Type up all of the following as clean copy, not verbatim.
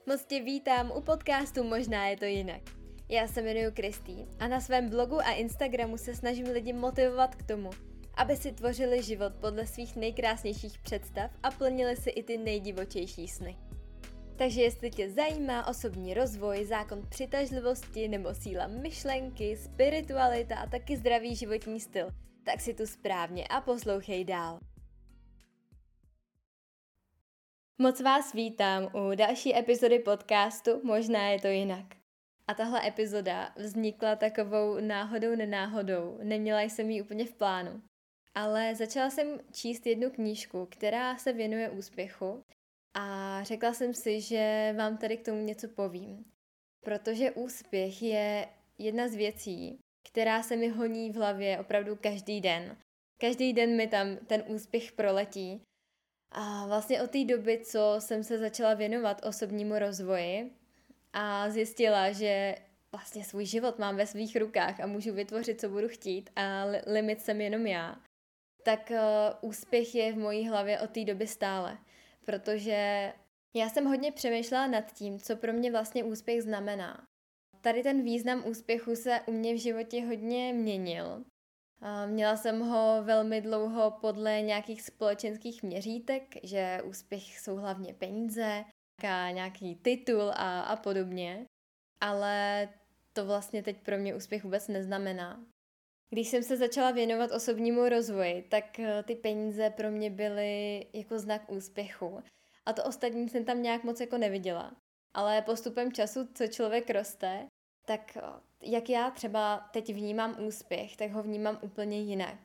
Moc tě vítám u podcastu Možná je to jinak. Já se jmenuji Kristýn a na svém blogu a Instagramu se snažím lidi motivovat k tomu, aby si tvořili život podle svých nejkrásnějších představ a plnili si i ty nejdivočejší sny. Takže jestli tě zajímá osobní rozvoj, zákon přitažlivosti nebo síla myšlenky, spiritualita a taky zdravý životní styl, tak si tu správně a poslouchej dál. Moc vás vítám u další epizody podcastu Možná je to jinak. A tahle epizoda vznikla takovou nenáhodou, neměla jsem ji úplně v plánu. Ale začala jsem číst jednu knížku, která se věnuje úspěchu a řekla jsem si, že vám tady k tomu něco povím. Protože úspěch je jedna z věcí, která se mi honí v hlavě opravdu každý den. Každý den mi tam ten úspěch proletí. A vlastně od té doby, co jsem se začala věnovat osobnímu rozvoji a zjistila, že vlastně svůj život mám ve svých rukách a můžu vytvořit, co budu chtít a limit jsem jenom já, tak úspěch je v mojí hlavě od té doby stále. Protože já jsem hodně přemýšlela nad tím, co pro mě vlastně úspěch znamená. Tady ten význam úspěchu se u mě v životě hodně měnil. Měla jsem ho velmi dlouho podle nějakých společenských měřítek, že úspěch jsou hlavně peníze, nějaký titul a podobně, ale to vlastně teď pro mě úspěch vůbec neznamená. Když jsem se začala věnovat osobnímu rozvoji, tak ty peníze pro mě byly jako znak úspěchu a to ostatní jsem tam nějak moc jako neviděla. Ale postupem času, co člověk roste, tak jak já třeba teď vnímám úspěch, tak ho vnímám úplně jinak.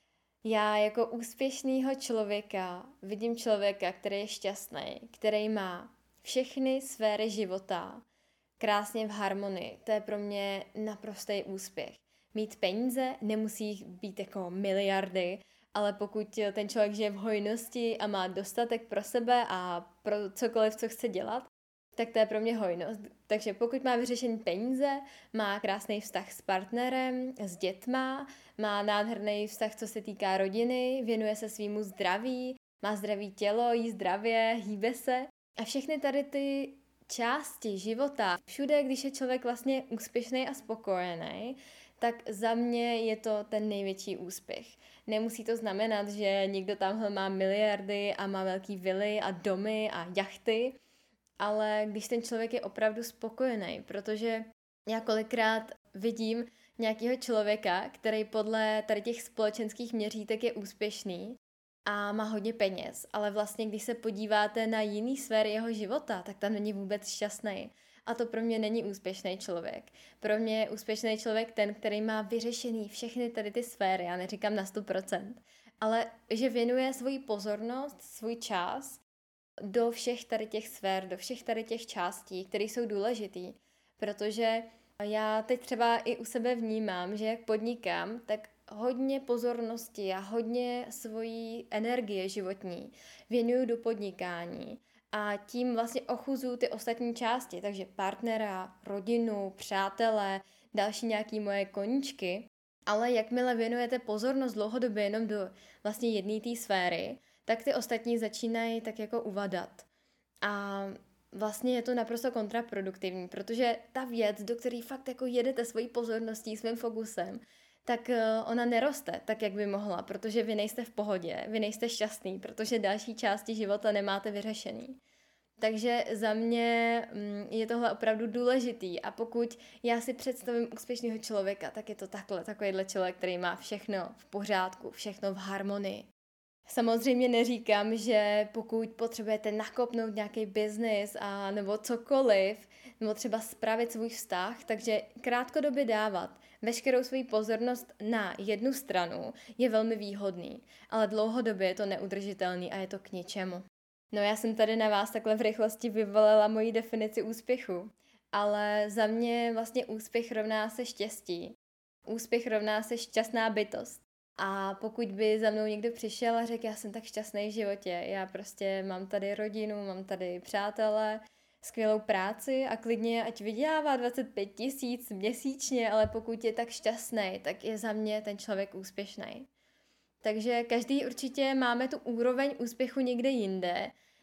Já jako úspěšnýho člověka vidím člověka, který je šťastný, který má všechny sféry života krásně v harmonii. To je pro mě naprostý úspěch. Mít peníze nemusí jich být jako miliardy, ale pokud ten člověk žije v hojnosti a má dostatek pro sebe a pro cokoliv, co chce dělat, tak to je pro mě hojnost. Takže pokud má vyřešený peníze, má krásný vztah s partnerem, s dětma, má nádherný vztah, co se týká rodiny, věnuje se svýmu zdraví, má zdravý tělo, jí zdravě, hýbe se. A všechny tady ty části života, všude, když je člověk vlastně úspěšný a spokojený, tak za mě je to ten největší úspěch. Nemusí to znamenat, že někdo tamhle má miliardy a má velký vily a domy a jachty, ale když ten člověk je opravdu spokojený, protože já kolikrát vidím nějakého člověka, který podle tady těch společenských měřítek je úspěšný a má hodně peněz, ale vlastně když se podíváte na jiný sféry jeho života, tak tam není vůbec šťastný. A to pro mě není úspěšný člověk. Pro mě je úspěšný člověk ten, který má vyřešený všechny tady ty sféry, já neříkám na 100%, ale že věnuje svoji pozornost, svůj čas do všech tady těch sfér, do všech tady těch částí, které jsou důležitý. Protože já teď třeba i u sebe vnímám, že jak podnikám, tak hodně pozornosti a hodně svojí energie životní věnuju do podnikání a tím vlastně ochuzuju ty ostatní části, takže partnera, rodinu, přátele, další nějaký moje koníčky, ale jakmile věnujete pozornost dlouhodobě jenom do vlastně jedné té sféry, tak ty ostatní začínají tak jako uvadat. A vlastně je to naprosto kontraproduktivní, protože ta věc, do které fakt jako jedete svojí pozorností, svým fokusem, tak ona neroste tak, jak by mohla, protože vy nejste v pohodě, vy nejste šťastný, protože další části života nemáte vyřešený. Takže za mě je tohle opravdu důležitý a pokud já si představím úspěšného člověka, tak je to takovýhle člověk, který má všechno v pořádku, všechno v harmonii. Samozřejmě neříkám, že pokud potřebujete nakopnout nějaký biznis a nebo cokoliv, nebo třeba spravit svůj vztah, takže krátkodobě dávat veškerou svou pozornost na jednu stranu je velmi výhodný, ale dlouhodobě je to neudržitelný a je to k ničemu. No já jsem tady na vás takhle v rychlosti vyvolila moji definici úspěchu, ale za mě vlastně úspěch rovná se štěstí. Úspěch rovná se šťastná bytost. A pokud by za mnou někdo přišel a řekl, já jsem tak šťastný v životě, já prostě mám tady rodinu, mám tady přátele, skvělou práci a klidně ať vydělává 25 000 měsíčně, ale pokud je tak šťastný, tak je za mě ten člověk úspěšný. Takže každý určitě máme tu úroveň úspěchu někde jinde.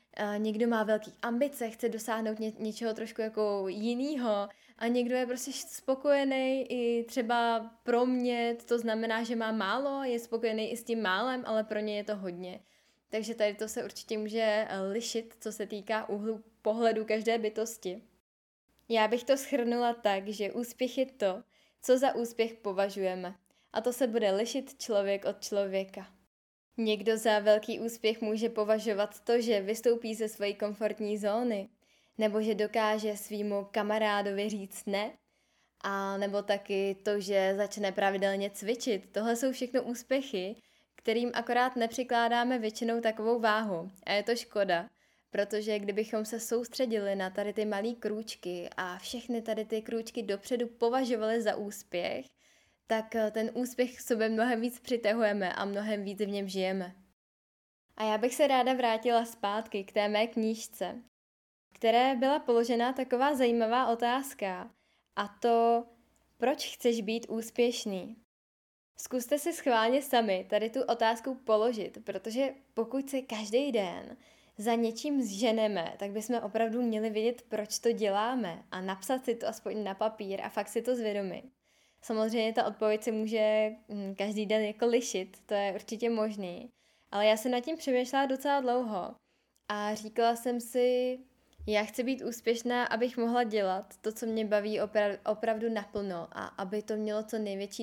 Někdo má velký ambice, chce dosáhnout něčeho trošku jako jinýho a někdo je prostě spokojený i třeba pro mě, to znamená, že má málo, je spokojený i s tím málem, ale pro ně je to hodně. Takže tady to se určitě může lišit, co se týká úhlu pohledu každé bytosti. Já bych to shrnula tak, že úspěch je to, co za úspěch považujeme. A to se bude lišit člověk od člověka. Někdo za velký úspěch může považovat to, že vystoupí ze své komfortní zóny, nebo že dokáže svýmu kamarádovi říct ne, a nebo taky to, že začne pravidelně cvičit. Tohle jsou všechno úspěchy, kterým akorát nepřikládáme většinou takovou váhu. A je to škoda, protože kdybychom se soustředili na tady ty malý krůčky a všechny tady ty krůčky dopředu považovali za úspěch, tak ten úspěch k sobě mnohem víc přitahujeme a mnohem víc v něm žijeme. A já bych se ráda vrátila zpátky k té mé knížce, které byla položena taková zajímavá otázka, a to, proč chceš být úspěšný? Zkuste si schválně sami tady tu otázku položit, protože pokud se každý den za něčím zženeme, tak bychom opravdu měli vědět, proč to děláme a napsat si to aspoň na papír a fakt si to zvědomit. Samozřejmě ta odpověď se může každý den jako lišit, to je určitě možný, ale já jsem nad tím přemýšlela docela dlouho a říkala jsem si, já chci být úspěšná, abych mohla dělat to, co mě baví opravdu naplno a aby to mělo co největší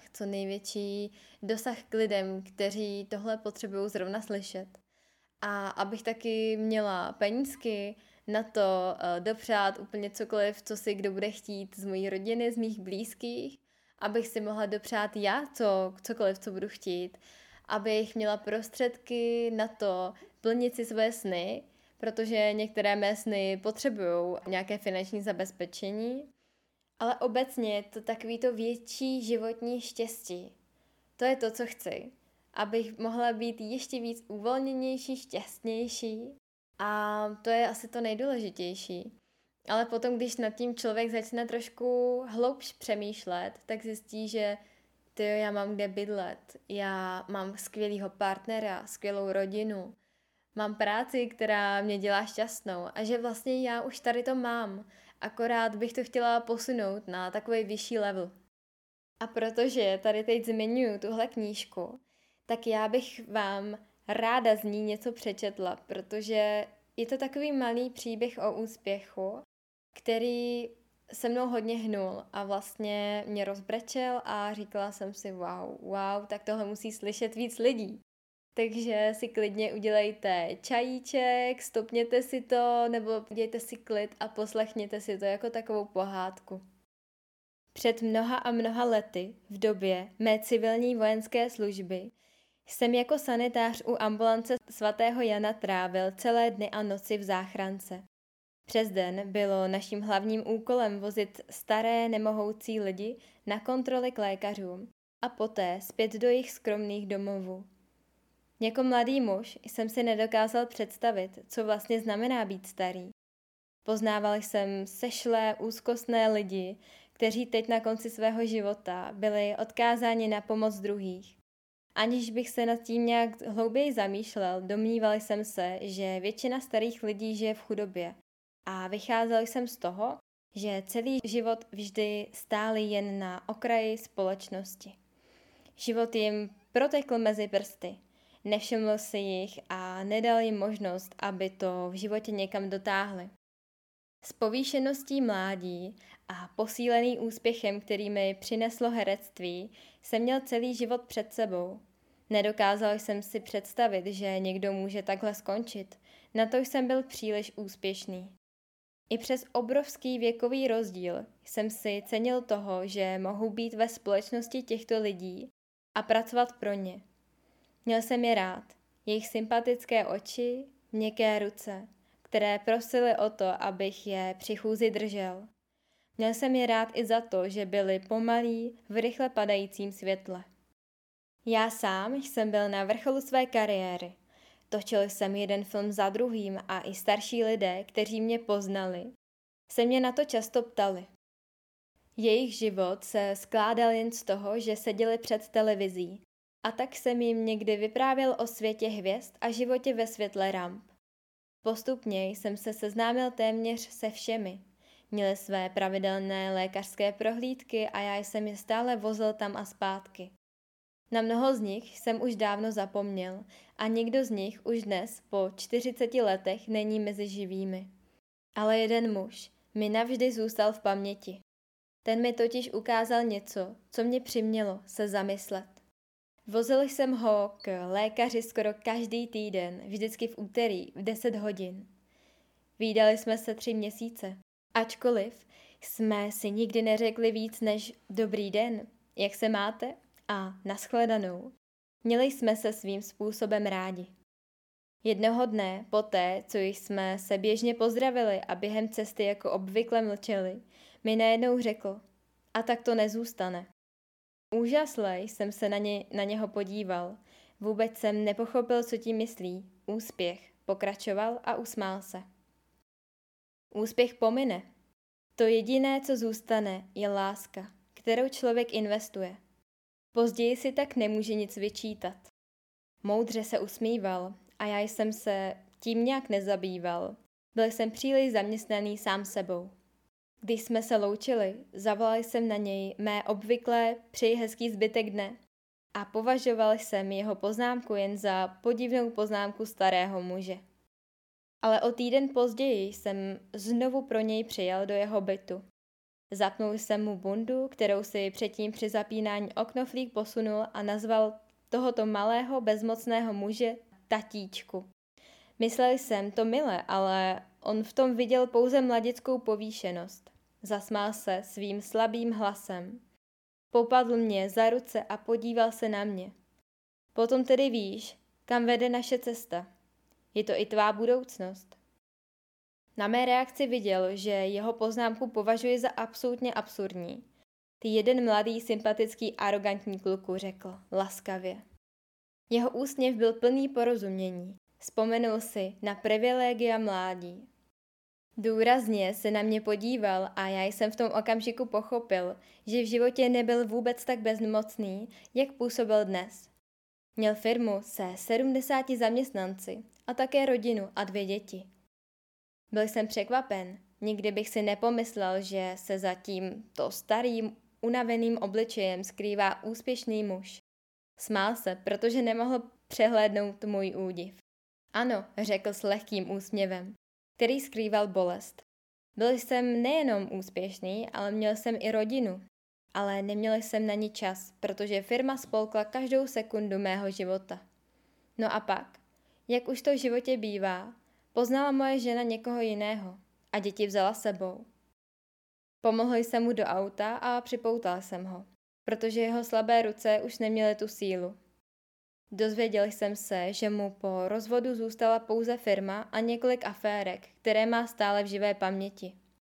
dosah k lidem, kteří tohle potřebují zrovna slyšet. A abych taky měla penízky na to dopřát úplně cokoliv, co si kdo bude chtít z mojí rodiny, z mých blízkých, abych si mohla dopřát já cokoliv, co budu chtít, abych měla prostředky na to plnit si svoje sny, protože některé mé sny potřebují nějaké finanční zabezpečení, ale obecně je to takový to větší životní štěstí. To je to, co chci. Abych mohla být ještě víc uvolněnější, šťastnější a to je asi to nejdůležitější. Ale potom, když nad tím člověk začne trošku hloubš přemýšlet, tak zjistí, že já mám kde bydlet, já mám skvělýho partnera, skvělou rodinu, mám práci, která mě dělá šťastnou a že vlastně já už tady to mám, akorát bych to chtěla posunout na takový vyšší level. A protože tady teď zmiňuji tuhle knížku, tak já bych vám ráda z ní něco přečetla, protože je to takový malý příběh o úspěchu, který se mnou hodně hnul a vlastně mě rozbrečel a říkala jsem si wow, tak tohle musí slyšet víc lidí. Takže si klidně udělejte čajíček, stopněte si to nebo udějte si klid a poslechněte si to jako takovou pohádku. Před mnoha a mnoha lety, v době mé civilní vojenské služby, jsem jako sanitář u ambulance svatého Jana trávil celé dny a noci v záchrance. Přes den bylo naším hlavním úkolem vozit staré nemohoucí lidi na kontroly k lékařům a poté zpět do jejich skromných domovů. Jako mladý muž jsem si nedokázal představit, co vlastně znamená být starý. Poznával jsem sešlé, úzkostné lidi, kteří teď na konci svého života byli odkázáni na pomoc druhých. Aniž bych se nad tím nějak hlouběji zamýšlel, domníval jsem se, že většina starých lidí žije v chudobě. A vycházel jsem z toho, že celý život vždy stáli jen na okraji společnosti. Život jim protekl mezi prsty. Nevšiml si jich a nedal jim možnost, aby to v životě někam dotáhli. S povýšeností mládí a posílený úspěchem, který mi přineslo herectví, jsem měl celý život před sebou. Nedokázal jsem si představit, že někdo může takhle skončit, na to jsem byl příliš úspěšný. I přes obrovský věkový rozdíl jsem si cenil toho, že mohu být ve společnosti těchto lidí a pracovat pro ně. Měl jsem je rád, jejich sympatické oči, měkké ruce, které prosily o to, abych je při chůzi držel. Měl jsem je rád i za to, že byli pomalí v rychle padajícím světle. Já sám jsem byl na vrcholu své kariéry. Točil jsem jeden film za druhým a i starší lidé, kteří mě poznali, se mě na to často ptali. Jejich život se skládal jen z toho, že seděli před televizí, a tak jsem jim někdy vyprávěl o světě hvězd a životě ve světle ramp. Postupně jsem se seznámil téměř se všemi. Měli své pravidelné lékařské prohlídky a já jsem je stále vozil tam a zpátky. Na mnoho z nich jsem už dávno zapomněl a nikdo z nich už dnes po 40 letech není mezi živými. Ale jeden muž mi navždy zůstal v paměti. Ten mi totiž ukázal něco, co mě přimělo se zamyslet. Vozil jsem ho k lékaři skoro každý týden, vždycky v úterý v 10 hodin. Vídali jsme se 3 měsíce. Ačkoliv jsme si nikdy neřekli víc než dobrý den, jak se máte a nashledanou. Měli jsme se svým způsobem rádi. Jednoho dne, poté, co jsme se běžně pozdravili a během cesty jako obvykle mlčeli, mi najednou řekl: a tak to nezůstane. Úžaslej jsem se na něho podíval. Vůbec jsem nepochopil, co tím myslí. Úspěch. Pokračoval a usmál se. Úspěch pomine. To jediné, co zůstane, je láska, kterou člověk investuje. Později si tak nemůže nic vyčítat. Moudře se usmíval a já jsem se tím nějak nezabýval. Byl jsem příliš zaměstnaný sám sebou. Když jsme se loučili, zavolal jsem na něj mé obvyklé přeji hezký zbytek dne a považoval jsem jeho poznámku jen za podivnou poznámku starého muže. Ale o týden později jsem znovu pro něj přijel do jeho bytu. Zapnul jsem mu bundu, kterou si předtím při zapínání oknoflík posunul a nazval tohoto malého bezmocného muže tatíčku. Myslel jsem to mile, ale on v tom viděl pouze mladickou povýšenost. Zasmál se svým slabým hlasem. Popadl mě za ruce a podíval se na mě. Potom tedy víš, kam vede naše cesta. Je to i tvá budoucnost. Na mé reakci viděl, že jeho poznámku považuji za absolutně absurdní. Ty jeden mladý, sympatický, arrogantní kluku, řekl laskavě. Jeho úsměv byl plný porozumění. Vzpomenul si na privilegia mládí. Důrazně se na mě podíval a já jsem v tom okamžiku pochopil, že v životě nebyl vůbec tak bezmocný, jak působil dnes. Měl firmu se 70 zaměstnanci a také rodinu a 2 děti. Byl jsem překvapen, nikdy bych si nepomyslel, že se za tímto starým, unaveným obličejem skrývá úspěšný muž. Smál se, protože nemohl přehlédnout můj údiv. Ano, řekl s lehkým úsměvem, který skrýval bolest. Byl jsem nejenom úspěšný, ale měl jsem i rodinu. Ale neměl jsem na ní čas, protože firma spolkla každou sekundu mého života. No a pak, jak už to v životě bývá, poznala moje žena někoho jiného a děti vzala sebou. Pomohl jsem mu do auta a připoutal jsem ho, protože jeho slabé ruce už neměly tu sílu. Dozvěděl jsem se, že mu po rozvodu zůstala pouze firma a několik aférek, které má stále v živé paměti.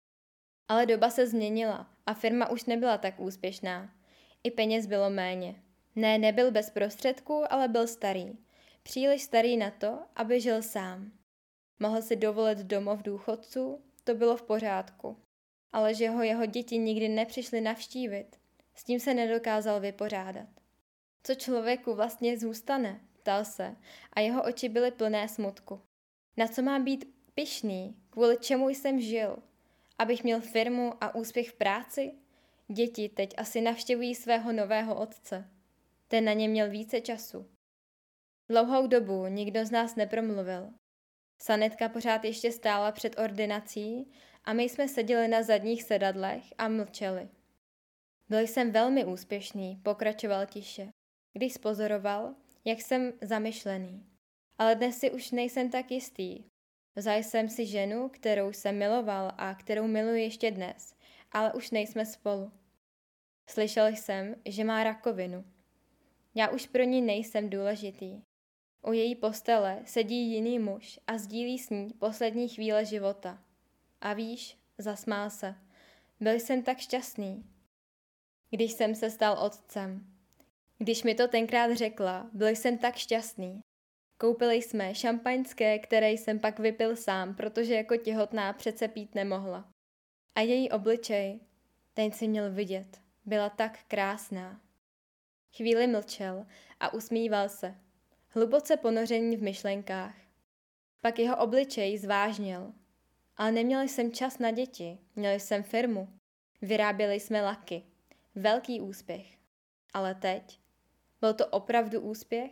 Ale doba se změnila a firma už nebyla tak úspěšná. I peněz bylo méně. Ne, nebyl bez prostředků, ale byl starý. Příliš starý na to, aby žil sám. Mohl si dovolit domov důchodců, to bylo v pořádku. Ale že ho jeho děti nikdy nepřišly navštívit, s tím se nedokázal vypořádat. Co člověku vlastně zůstane, ptal se, a jeho oči byly plné smutku. Na co mám být pyšný, kvůli čemu jsem žil? Abych měl firmu a úspěch v práci? Děti teď asi navštěvují svého nového otce. Ten na ně měl více času. Dlouhou dobu nikdo z nás nepromluvil. Sanetka pořád ještě stála před ordinací a my jsme seděli na zadních sedadlech a mlčeli. Byl jsem velmi úspěšný, pokračoval tiše, když spozoroval, jak jsem zamyšlený. Ale dnes si už nejsem tak jistý. Vzal jsem si ženu, kterou jsem miloval a kterou miluji ještě dnes, ale už nejsme spolu. Slyšel jsem, že má rakovinu. Já už pro ní nejsem důležitý. U její postele sedí jiný muž a sdílí s ní poslední chvíle života. A víš, zasmál se, byl jsem tak šťastný. Když jsem se stal otcem. Když mi to tenkrát řekla, byl jsem tak šťastný. Koupili jsme šampaňské, které jsem pak vypil sám, protože jako těhotná přece pít nemohla. A její obličej, ten si měl vidět, byla tak krásná. Chvíli mlčel a usmíval se, hluboce ponořený v myšlenkách. Pak jeho obličej zvážnil. Ale neměl jsem čas na děti, měl jsem firmu. Vyráběli jsme laky. Velký úspěch. Ale teď? Byl to opravdu úspěch?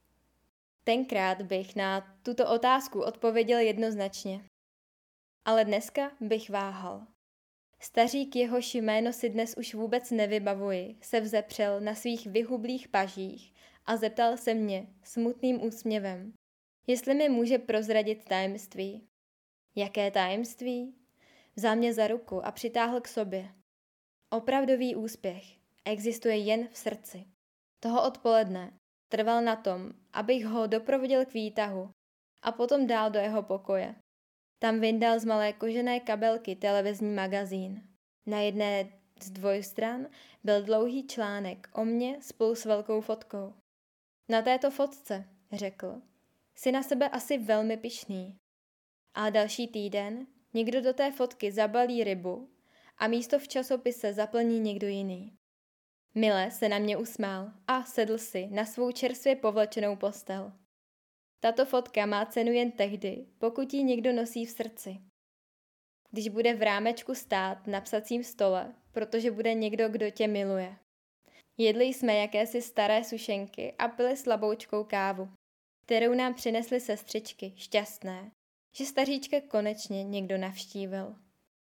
Tenkrát bych na tuto otázku odpověděl jednoznačně. Ale dneska bych váhal. Stařík, jehož jméno si dnes už vůbec nevybavuji, se vzepřel na svých vyhublých pažích a zeptal se mě smutným úsměvem, jestli mi může prozradit tajemství. Jaké tajemství? Vzal mě za ruku a přitáhl k sobě. Opravdový úspěch existuje jen v srdci. Toho odpoledne trval na tom, abych ho doprovodil k výtahu a potom dál do jeho pokoje. Tam vyndal z malé kožené kabelky televizní magazín. Na jedné z dvojstran byl dlouhý článek o mně spolu s velkou fotkou. Na této fotce, řekl, jsi na sebe asi velmi pyšný. A další týden někdo do té fotky zabalí rybu a místo v časopise zaplní někdo jiný. Mile se na mě usmál a sedl si na svou čerstvě povlečenou postel. Tato fotka má cenu jen tehdy, pokud ji někdo nosí v srdci. Když bude v rámečku stát na psacím stole, protože bude někdo, kdo tě miluje. Jedli jsme jakési staré sušenky a pili slaboučkou kávu, kterou nám přinesly sestřičky, šťastné, že staříčka konečně někdo navštívil.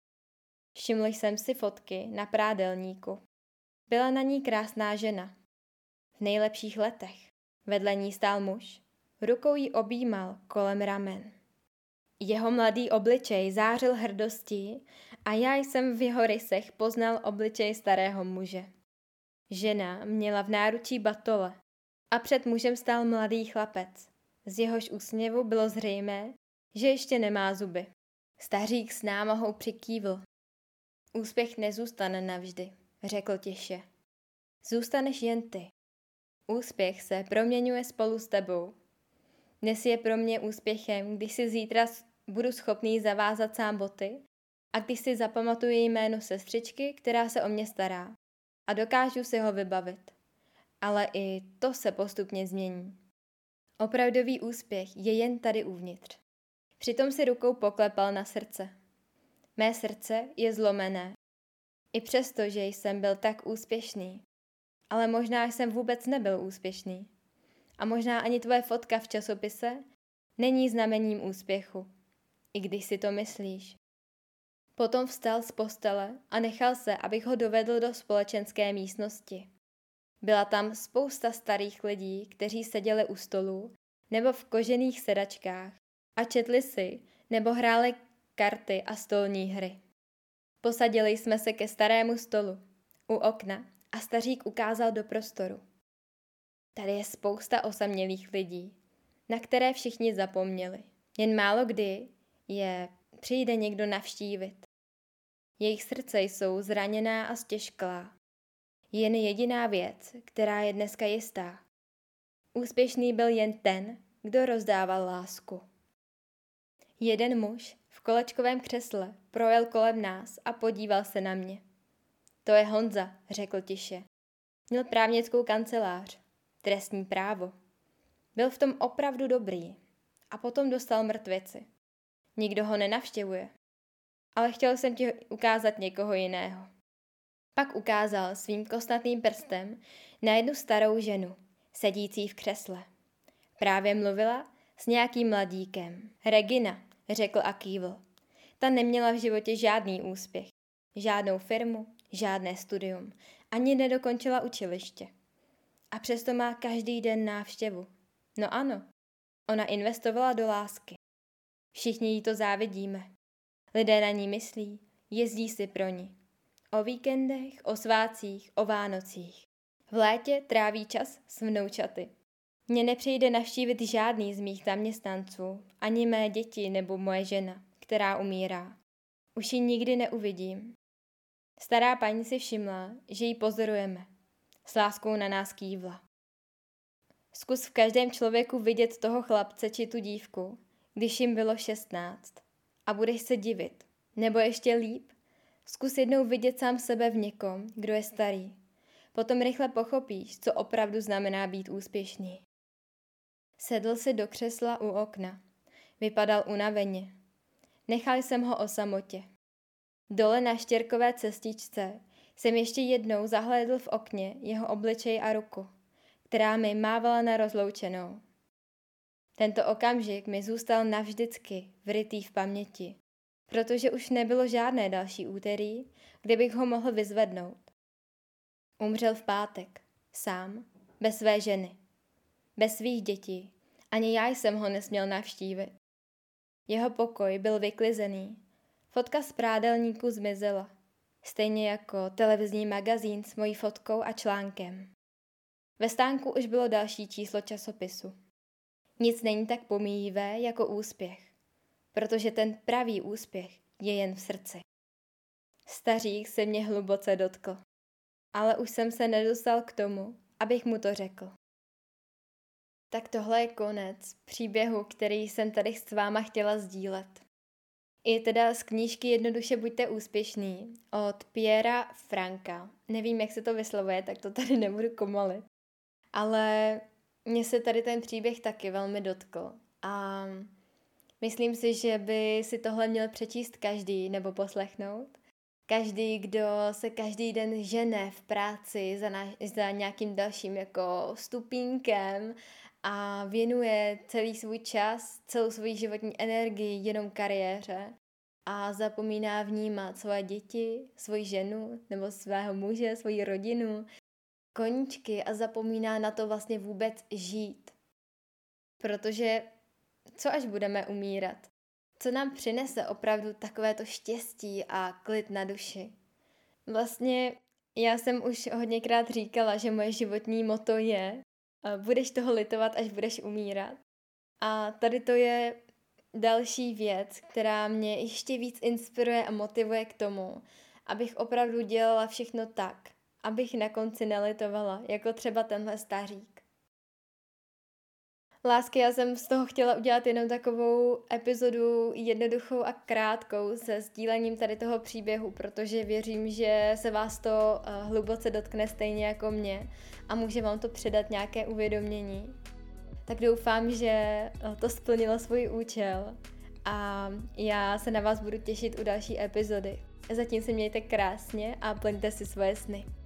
Všiml jsem si fotky na prádelníku. Byla na ní krásná žena. V nejlepších letech. Vedle ní stál muž. Rukou ji objímal kolem ramen. Jeho mladý obličej zářil hrdostí a já jsem v jeho rysech poznal obličej starého muže. Žena měla v náručí batole a před mužem stál mladý chlapec. Z jehož úsměvu bylo zřejmé, že ještě nemá zuby. Stařík s námahou přikývl. Úspěch nezůstane navždy, řekl tiše. Zůstaneš jen ty. Úspěch se proměňuje spolu s tebou. Dnes je pro mě úspěchem, když si zítra budu schopný zavázat sám boty a když si zapamatuji jméno sestřičky, která se o mě stará a dokážu si ho vybavit. Ale i to se postupně změní. Opravdový úspěch je jen tady uvnitř. Přitom si rukou poklepal na srdce. Mé srdce je zlomené. I přesto, že jsem byl tak úspěšný. Ale možná jsem vůbec nebyl úspěšný. A možná ani tvoje fotka v časopise není znamením úspěchu. I když si to myslíš. Potom vstal z postele a nechal se, abych ho dovedl do společenské místnosti. Byla tam spousta starých lidí, kteří seděli u stolů nebo v kožených sedačkách a četli si nebo hráli karty a stolní hry. Posadili jsme se ke starému stolu, u okna a stařík ukázal do prostoru. Tady je spousta osamělých lidí, na které všichni zapomněli. Jen málo kdy je přijde někdo navštívit. Jejich srdce jsou zraněná a stěžklá. Jen jediná věc, která je dneska jistá. Úspěšný byl jen ten, kdo rozdával lásku. Jeden muž v kolečkovém křesle projel kolem nás a podíval se na mě. To je Honza, řekl tiše. Měl právnickou kancelář, trestní právo. Byl v tom opravdu dobrý a potom dostal mrtvici. Nikdo ho nenavštěvuje. Ale chtěl jsem ti ukázat někoho jiného. Pak ukázal svým kostnatým prstem na jednu starou ženu, sedící v křesle. Právě mluvila s nějakým mladíkem. Regina, řekl a kývl. Ta neměla v životě žádný úspěch, žádnou firmu, žádné studium, ani nedokončila učiliště. A přesto má každý den návštěvu. No ano, ona investovala do lásky. Všichni jí to závidíme. Lidé na ní myslí, jezdí si pro ní. O víkendech, o svátcích, o Vánocích. V létě tráví čas s vnoučaty. Mně nepřijde navštívit žádný z mých zaměstnanců, ani mé děti nebo moje žena, která umírá. Už ji nikdy neuvidím. Stará paní si všimla, že ji pozorujeme. S láskou na nás kývla. Zkus v každém člověku vidět toho chlapce či tu dívku, když jim bylo 16. A budeš se divit. Nebo ještě líp, zkus jednou vidět sám sebe v někom, kdo je starý. Potom rychle pochopíš, co opravdu znamená být úspěšný. Sedl si do křesla u okna. Vypadal unaveně. Nechal jsem ho o samotě. Dole na štěrkové cestičce jsem ještě jednou zahlédl v okně jeho obličej a ruku, která mi mávala na rozloučenou. Tento okamžik mi zůstal navždycky vrytý v paměti, protože už nebylo žádné další úterý, kde bych ho mohl vyzvednout. Umřel v pátek, sám, bez své ženy, bez svých dětí, ani já jsem ho nesměl navštívit. Jeho pokoj byl vyklizený, fotka z prádelníku zmizela, stejně jako televizní magazín s mojí fotkou a článkem. Ve stánku už bylo další číslo časopisu. Nic není tak pomíjivé jako úspěch, protože ten pravý úspěch je jen v srdci. Stařík se mě hluboce dotkl, ale už jsem se nedostal k tomu, abych mu to řekl. Tak tohle je konec příběhu, který jsem tady s váma chtěla sdílet. I teda z knížky Jednoduše buďte úspěšný od Piera Franka. Nevím, jak se to vyslovuje, tak to tady nebudu komolit. Ale mně se tady ten příběh taky velmi dotkl. A myslím si, že by si tohle měl přečíst každý nebo poslechnout. Každý, kdo se každý den žene v práci za nějakým dalším jako stupínkem a věnuje celý svůj čas, celou svou životní energii jenom kariéře a zapomíná vnímat svoje děti, svoji ženu nebo svého muže, svoji rodinu, koníčky a zapomíná na to vlastně vůbec žít. Protože co až budeme umírat? Co nám přinese opravdu takovéto štěstí a klid na duši? Vlastně já jsem už hodněkrát říkala, že moje životní motto je budeš toho litovat, až budeš umírat. A tady to je další věc, která mě ještě víc inspiruje a motivuje k tomu, abych opravdu dělala všechno tak, abych na konci nelitovala, jako třeba tenhle stařík. Lásky, já jsem z toho chtěla udělat jenom takovou epizodu jednoduchou a krátkou se sdílením tady toho příběhu, protože věřím, že se vás to hluboce dotkne stejně jako mě a může vám to předat nějaké uvědomění. Tak doufám, že to splnilo svůj účel a já se na vás budu těšit u další epizody. Zatím se mějte krásně a plňte si svoje sny.